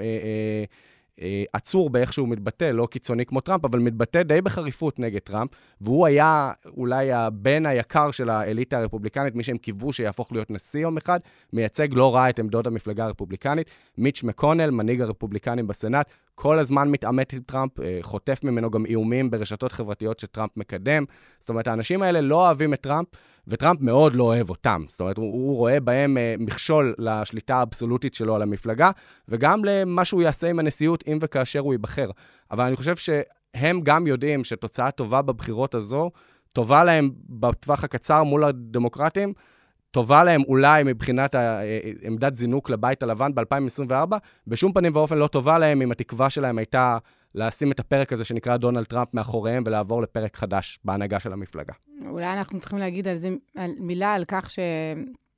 עצור באיך שהוא מתבטא, לא קיצוני כמו טראמפ, אבל מתבטא די בחריפות נגד טראמפ, והוא היה אולי הבן היקר של האליטה הרפובליקנית, מי שהם קיוו שיהפוך להיות נשיא יום אחד, מייצג לא רע את עמדות המפלגה הרפובליקנית. מיץ' מקונל, מנהיג הרפובליקנים בסנאט, כל הזמן מתעמת עם טראמפ, חוטף ממנו גם איומים ברשתות חברתיות שטראמפ מקדם. זאת אומרת, האנשים האלה לא אוהבים את טראמפ, וטראמפ מאוד לא אוהב אותם. זאת אומרת, הוא רואה בהם מכשול לשליטה האבסולוטית שלו על המפלגה, וגם למה שהוא יעשה עם הנשיאות, אם וכאשר הוא ייבחר. אבל אני חושב שהם גם יודעים שתוצאה טובה בבחירות הזו, טובה להם בטווח הקצר מול הדמוקרטים, טובה להם אולי מבחינת עמדת זינוק לבית הלבן ב-2024, בשום פנים ואופן לא טובה להם אם התקווה שלהם הייתה לשים את הפרק הזה שנקרא דונלד טראמפ מאחוריהם ולעבור לפרק חדש בהנהגה של המפלגה. אולי אנחנו צריכים להגיד על זה מילה על כך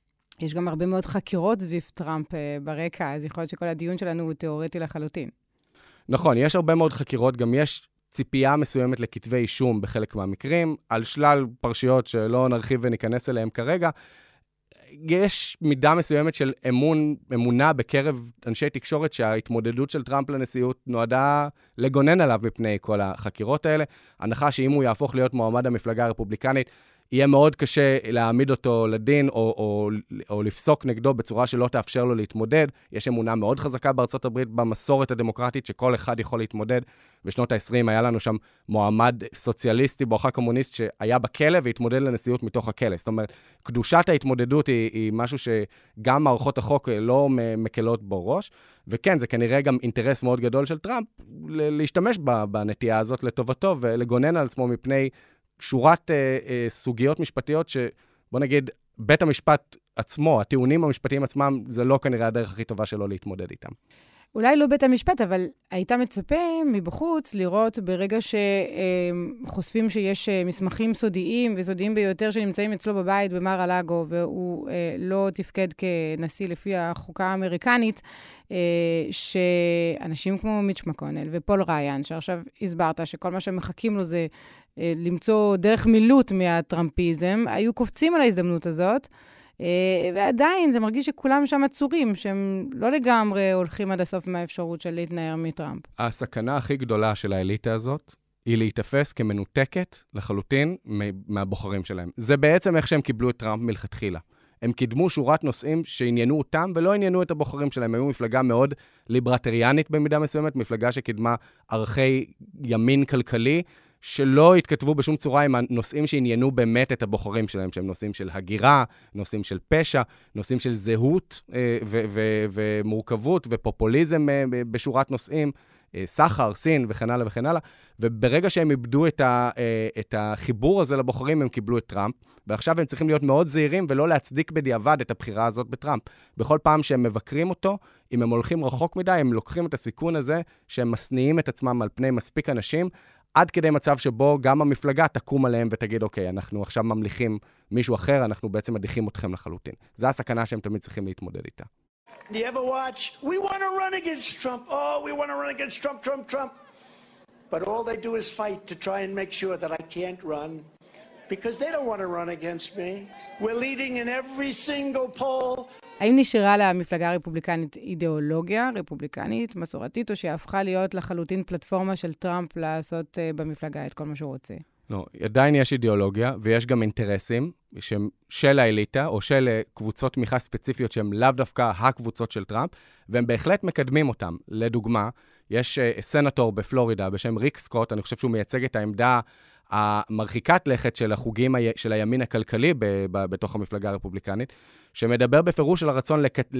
יש גם הרבה מאוד חקירות סביב טראמפ ברקע, אז יכול להיות שכל הדיון שלנו הוא תיאורטי לחלוטין. נכון, יש הרבה מאוד חקירות, גם יש ציפייה מסוימת לכתבי אישום בחלק מהמקרים, על שלל פרשיות שלא נרחיב וניכנס אליהם כרגע. יש מידה מסוימת של אמונה בקרב אנשי תקשורת שההתמודדות של טראמפ לנשיאות נועדה לגונן עליו מפני כל החקירות האלה. הנחה שאם הוא יהפוך להיות מועמד המפלגה הרפובליקנית, יהיה מאוד קשה להעמיד אותו לדין או לפסוק נגדו בצורה שלא תאפשר לו להתמודד. יש אמונה מאוד חזקה בארצות הברית במסורת הדמוקרטית שכל אחד יכול להתמודד. בשנות ה-20 היה לנו שם מועמד סוציאליסטי בואכה קומוניסט שהיה בכלא והתמודד לנשיאות מתוך הכלא. זאת אומרת, קדושת ההתמודדות היא משהו שגם מערכות החוק לא מקלות בו ראש. וכן, זה כנראה גם אינטרס מאוד גדול של טראמפ להשתמש בנטייה הזאת לטובתו ולגונן על עצמו מפני שורת סוגיות משפטיות שבוא נגיד, בית המשפט עצמו, הטיעונים המשפטיים עצמם, זה לא כנראה הדרך הכי טובה שלו להתמודד איתם. אולי לא בית המשפט, אבל היית מצפה מבחוץ לראות ברגע שחושפים שיש מסמכים סודיים וסודיים ביותר שנמצאים אצלו בבית במר הלאגו, והוא לא תפקד כנשיא לפי החוקה האמריקנית, שאנשים כמו מיץ' מקונל ופול ריין, שעכשיו הסברת שכל מה שמחכים לו זה למצוא דרך מילוט מהטראמפיזם, היו קופצים על ההזדמנות הזאת, ועדיין זה מרגיש שכולם שם עצורים, שהם לא לגמרי הולכים עד הסוף מהאפשרות של להתנער מטראמפ. הסכנה הכי גדולה של האליטה הזאת, היא להתאפס כמנותקת לחלוטין מהבוחרים שלהם. זה בעצם איך שהם קיבלו את טראמפ מלכתחילה. הם קידמו שורת נושאים שעניינו אותם ולא עניינו את הבוחרים שלהם. היו מפלגה מאוד ליברטריאנית במידה מסוימת, מפלגה שקידמה ערכי ימין כלכלי, שלא התכתבו בשום צורה עם הנושאים שעניינו באמת את הבוחרים שלהם, שהם נושאים של הגירה, נושאים של פשע, נושאים של זהות ומורכבות ופופוליזם בשורת נושאים, סחר, סין וכן הלאה וכן הלאה, וברגע שהם איבדו את החיבור הזה לבוחרים, הם קיבלו את טראמפ, ועכשיו הם צריכים להיות מאוד זהירים ולא להצדיק בדיעבד את הבחירה הזאת בטראמפ. בכל פעם שהם מבקרים אותו, אם הם הולכים רחוק מדי, הם לוקחים את הסיכון הזה, שהם מסניעים את עצמם על פני מספיק אנשים, עד כדי מצב שבו גם המפלגה תקום עליהם ותגיד, אוקיי, אנחנו עכשיו ממליכים מישהו אחר, אנחנו בעצם מדיחים אתכם לחלוטין. זו הסכנה שהם תמיד צריכים להתמודד איתה. Do you ever watch? We want to run against Trump. Oh, we want to run against Trump, Trump, Trump. But all they do is fight to try and make sure that I can't run because they don't want to run against me. We're leading in every single poll. האם נשארה למפלגה הרפובליקנית אידיאולוגיה רפובליקנית, מסורתית, או שהפכה להיות לחלוטין פלטפורמה של טראמפ לעשות במפלגה את כל מה שהוא רוצה? לא, עדיין יש אידיאולוגיה, ויש גם אינטרסים של האליטה, או של קבוצות תמיכה ספציפיות שהן לאו דווקא הקבוצות של טראמפ, והם בהחלט מקדמים אותם. לדוגמה, יש סנטור בפלורידה בשם ריק סקוט, אני חושב שהוא מייצג את העמדה המרחיקת לכת של החוגים של הימין הכלכלי בתוך המפלגה הרפובליקנית, שמדבר בפירוש על הרצון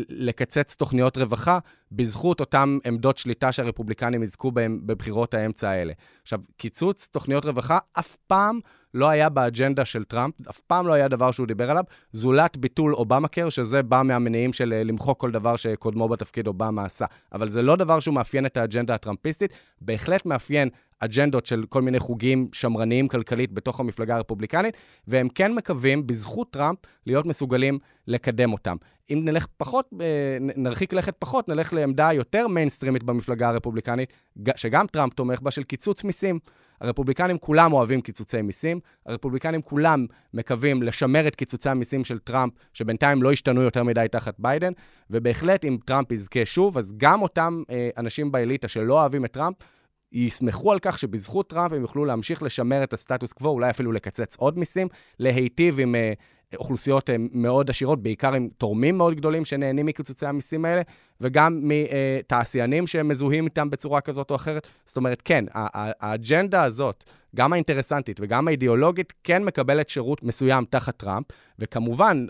לקצץ תוכניות רווחה, בזכות אותם עמדות שליטה שהרפובליקנים יזכו בהם בבחירות האמצע האלה. עכשיו, קיצוץ תוכניות רווחה אף פעם לא היה באג'נדה של טראמפ, אף פעם לא היה דבר שהוא דיבר עליו, זולת ביטול אובמה-קר, שזה בא מהמניעים של למחוק כל דבר שקודמו בתפקיד אובמה עשה. אבל זה לא דבר שהוא מאפיין את האג'נדה הטראמפיסטית, בהחלט מאפיין אג'נדות של כל מיני חוגים שמרניים כלכלית בתוך המפלגה הרפובליקנית, והם כן מקווים, בזכות טראמפ, להיות מסוגלים לקדם אותם. אם נלך פחות, נרחיק לכת פחות, נלך לעמדה יותר מיינסטרימית במפלגה הרפובליקנית, שגם טראמפ תומך בה, של קיצוץ מיסים. הרפובליקנים כולם אוהבים קיצוצי מיסים, הרפובליקנים כולם מקווים לשמר את קיצוצי המיסים של טראמפ, שבינתיים לא השתנו יותר מדי תחת ביידן, ובהחלט אם טראמפ יזכה שוב, אז גם אותם אנשים באליטה שלא אוהבים את טראמפ, יסמכו על כך שבזכות טראמפ הם יוכלו להמשיך לשמר את הסטטוס קוו, אולי אפילו לקצץ עוד מיסים, להיטיב עם אוכלוסיות מאוד עשירות, בעיקר עם תורמים מאוד גדולים שנהנים מקיצוצי המיסים האלה, וגם מתעשיינים שמזוהים איתם בצורה כזאת או אחרת. זאת אומרת, כן, האג'נדה הזאת, גם האינטרסנטית וגם האידיאולוגית, כן מקבלת שירות מסוים תחת טראמפ, וכמובן,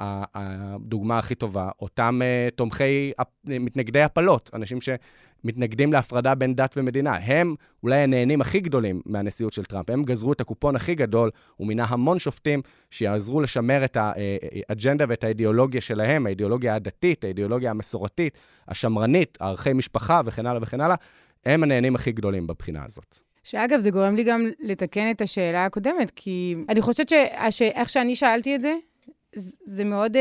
הדוגמה הכי טובה, אותם תומכי, מתנגדי הפלות, אנשים מתנגדים להפרדה בין דת ומדינה. הם אולי הנהנים הכי גדולים מהנשיאות של טראמפ. הם גזרו את הקופון הכי גדול, ומינה המון שופטים שיעזרו לשמר את האג'נדה ואת האידיאולוגיה שלהם, האידיאולוגיה הדתית, האידיאולוגיה המסורתית, השמרנית, הערכי משפחה וכן הלאה וכן הלאה. הם הנהנים הכי גדולים בבחינה הזאת. שאגב, זה גורם לי גם לתקן את השאלה הקודמת, כי אני חושבת שאיך שאני שאלתי את זה, זה מאוד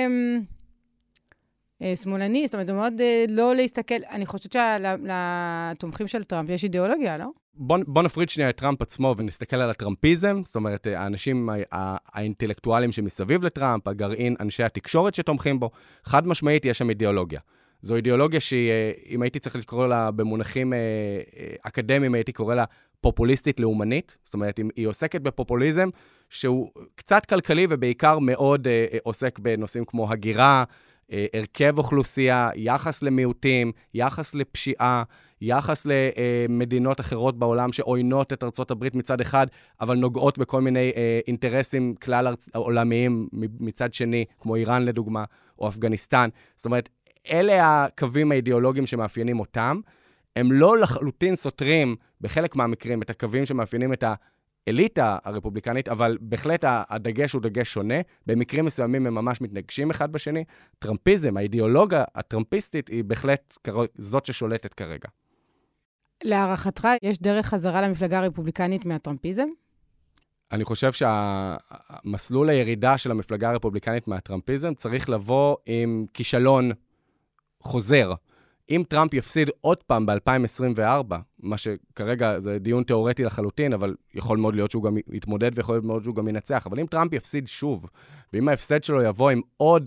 שמאלני, זאת אומרת, זה מאוד לא להסתכל, אני חושבת שלתומכים של טראמפ יש אידיאולוגיה, לא? בוא נפריד שנייה את טראמפ עצמו ונסתכל על הטראמפיזם, זאת אומרת, האנשים האינטלקטואלים שמסביב לטראמפ, הגרעין, אנשי התקשורת שתומכים בו, חד משמעית יש שם אידיאולוגיה. זו אידיאולוגיה שאם הייתי צריך לקרוא לה במונחים אקדמיים, הייתי קורא לה פופוליסטית לאומנית, זאת אומרת, היא עוסקת בפופוליזם שהוא קצת כלכלי ובעיקר מאוד עוסק בנושאים כמו הגירה, הרכב אוכלוסייה, יחס למיעוטים, יחס לפשיעה, יחס למדינות אחרות בעולם שעוינות את ארצות הברית מצד אחד, אבל נוגעות בכל מיני אינטרסים כלל עולמיים מצד שני, כמו איראן לדוגמה, או אפגניסטן. זאת אומרת, אלה הקווים האידיאולוגיים שמאפיינים אותם, הם לא לחלוטין סותרים בחלק מהמקרים את הקווים שמאפיינים את האליטה הרפובליקנית, אבל בהחלט הדגש הוא דגש שונה. במקרים מסוימים הם ממש מתנגשים אחד בשני. טראמפיזם, האידיאולוגיה הטראמפיסטית היא בהחלט זאת ששולטת כרגע. להערכתך, יש דרך חזרה למפלגה הרפובליקנית מהטראמפיזם? אני חושב שהמסלול הירידה של המפלגה הרפובליקנית מהטראמפיזם צריך לבוא עם כישלון חוזר. אם טראמפ יפסיד עוד פעם ב-2024, מה שכרגע זה דיון תיאורטי לחלוטין, אבל יכול מאוד להיות שהוא גם יתמודד ויכול להיות מאוד שהוא גם ינצח, אבל אם טראמפ יפסיד שוב, ואם ההפסד שלו יבוא עם עוד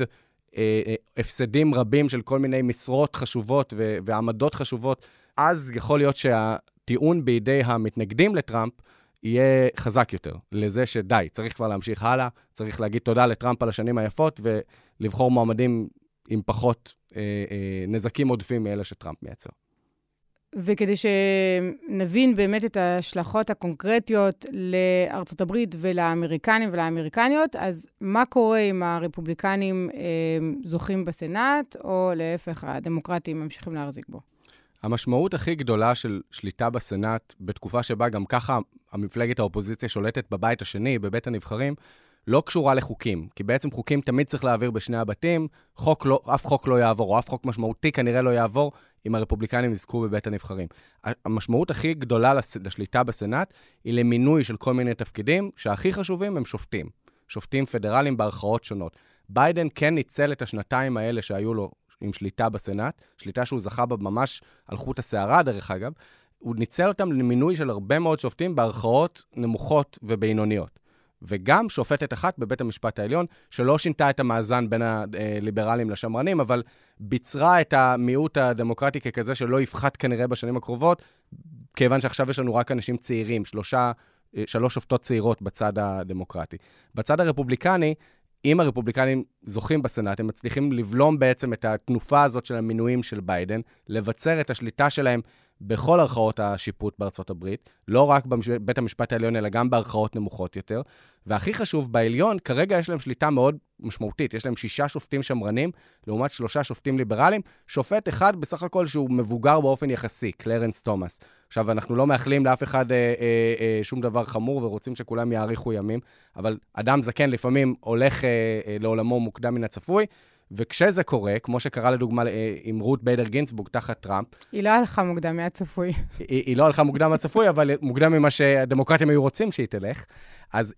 הפסדים רבים של כל מיני משרות חשובות ועמדות חשובות, אז יכול להיות שהטיעון בידי המתנגדים לטראמפ יהיה חזק יותר, לזה שדי, צריך כבר להמשיך הלאה, צריך להגיד תודה לטראמפ על השנים היפות, ולבחור מועמדים עם פחות נזקים עודפים מאלה שטראמפ מייצר. וכדי שנבין באמת את ההשלכות הקונקרטיות לארצות הברית ולאמריקנים ולאמריקניות, אז מה קורה אם הרפובליקנים זוכים בסנאט, או להפך, הדמוקרטים ממשיכים להחזיק בו? המשמעות הכי גדולה של שליטה בסנאט, בתקופה שבה גם ככה המפלגת האופוזיציה שולטת בבית השני, בבית הנבחרים, לא קשורה לחוקים, כי בעצם חוקים תמיד צריך להעביר בשני הבתים, אף חוק לא יעבור, או אף חוק משמעותי כנראה לא יעבור, אם הרפובליקנים יזכו בבית הנבחרים. המשמעות הכי גדולה לשליטה בסנאט, היא למינוי של כל מיני תפקידים, שהכי חשובים הם שופטים. שופטים פדרליים בערכאות שונות. ביידן כן ניצל את השנתיים האלה שהיו לו עם שליטה בסנאט, שליטה שהוא זכה בה ממש על חוט השערה דרך אגב, הוא ניצל אותם למינוי של הרבה מאוד שופטים בערכאות נמוכות ובינוניות. וגם שופטת אחת בבית המשפט העליון, שלא שינתה את המאזן בין הליברלים לשמרנים, אבל ביצרה את המיעוט הדמוקרטי ככזה שלא יפחת כנראה בשנים הקרובות, כיוון שעכשיו יש לנו רק אנשים צעירים, שלוש שופטות צעירות בצד הדמוקרטי. בצד הרפובליקני, אם הרפובליקנים זוכים בסנאט, הם מצליחים לבלום בעצם את התנופה הזאת של המינויים של ביידן, לבצר את השליטה שלהם בכל ערכאות השיפוט בארצות הברית, לא רק בבית המשפט העליון, אלא גם בערכאות נמוכות יותר. והכי חשוב, בעליון, כרגע יש להם שליטה מאוד משמעותית. יש להם 6 שופטים שמרנים, לעומת 3 שופטים ליברליים. שופט אחד בסך הכל שהוא מבוגר באופן יחסי, קלרנס תומאס. עכשיו, אנחנו לא מאחלים לאף אחד שום דבר חמור, ורוצים שכולם יאריכו ימים, אבל אדם זקן לפעמים הולך לעולמו מוקדם מן הצפוי, וכשזה קורה, כמו שקרה לדוגמה עם רות ביידר גינסבורג תחת טראמפ, היא לא הלכה מוקדם מהצפוי. היא לא הלכה מוקדם מהצפוי, אבל מוקדם ממה שהדמוקרטים היו רוצים שהיא תלך. אז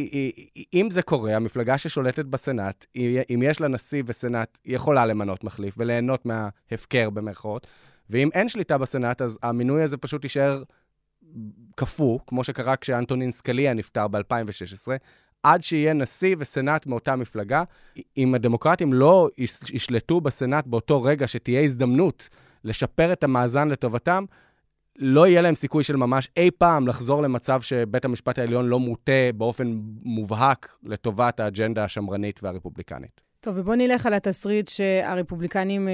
אם זה קורה, המפלגה ששולטת בסנאט, אם יש לה נשיא וסנאט, היא יכולה למנות מחליף וליהנות מההפקר במרכאות, ואם אין שליטה בסנאט, אז המינוי הזה פשוט יישאר כפו, כמו שקרה כשאנטונין סקליה נפטר ב-2016, עד שיהיה נשיא וסנאט מאותה מפלגה. אם הדמוקרטים לא ישלטו בסנאט באותו רגע שתהיה הזדמנות לשפר את המאזן לטובתם, לא יהיה להם סיכוי של ממש אי פעם לחזור למצב שבית המשפט העליון לא מוטה באופן מובהק לטובת האג'נדה השמרנית והרפובליקנית. טוב, ובוא נלך על התסריט שהרפובליקנים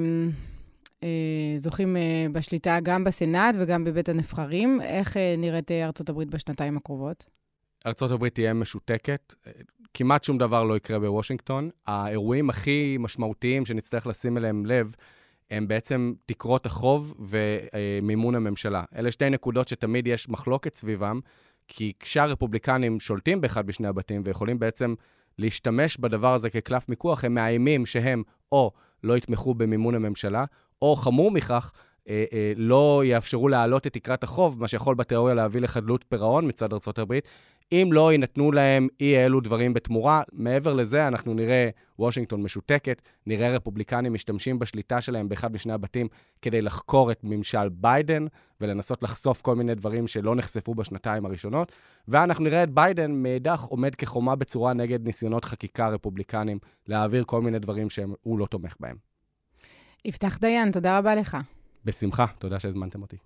זוכים בשליטה גם בסנאט וגם בבית הנבחרים. איך נראית ארצות הברית בשנתיים הקרובות? ארצות הברית תהיה משותקת, כמעט שום דבר לא יקרה בוושינגטון. האירועים הכי משמעותיים שנצטרך לשים אליהם לב, הם בעצם תקרות החוב ומימון הממשלה. אלה 2 נקודות שתמיד יש מחלוקת סביבם, כי כשהרפובליקנים שולטים באחד בשני הבתים, ויכולים בעצם להשתמש בדבר הזה כקלף מיקוח, הם מאיימים שהם או לא יתמכו במימון הממשלה, או חמור מכך, לא יאפשרו להעלות את תקרת החוב, מה שיכול בתיאוריה להביא לחדלות פירעון מצד ארצות הברית. אם לא ינתנו להם אלו דברים בתמורה, מעבר לזה אנחנו נראה וושינגטון משותקת, נראה רפובליקנים משתמשים בשליטה שלהם באחד משני הבתים כדי לחקור את ממשל ביידן, ולנסות לחשוף כל מיני דברים שלא נחשפו בשנתיים הראשונות, ואנחנו נראה את ביידן מאידך עומד כחומה בצורה נגד ניסיונות חקיקה רפובליקנים, להעביר כל מיני דברים שהוא לא תומך בהם. יפתח דיין, תודה רבה לך. בשמחה, תודה שהזמנתם אותי.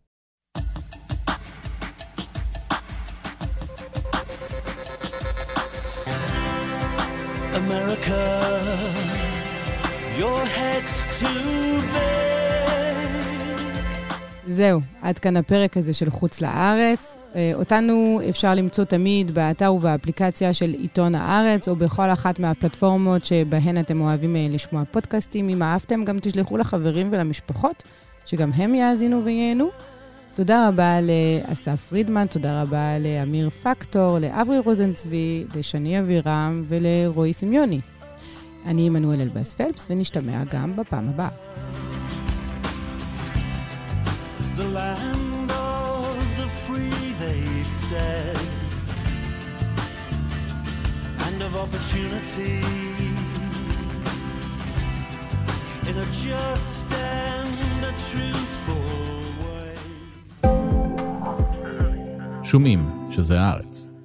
America, your head's too big. זהו, עד כאן הפרק הזה של חוץ לארץ. אותנו אפשר למצוא תמיד באתר ובאפליקציה של עיתון הארץ, או בכל אחת מהפלטפורמות שבהן אתם אוהבים לשמוע פודקאסטים. אם אהבתם, גם תשלחו לחברים ולמשפחות, שגם הם יאזינו וייהנו. תודה רבה לאסף פרידמן, תודה רבה לאמיר פקטור, לאברי רוזנצבי, לשני אבירם ולרועי סמיוני. אני מנואל אלבאס פלפס, ונשתמע גם בפעם הבאה. The land of the free, they said, and of opportunity, in a just and a truthful way. שומעים שזה הארץ.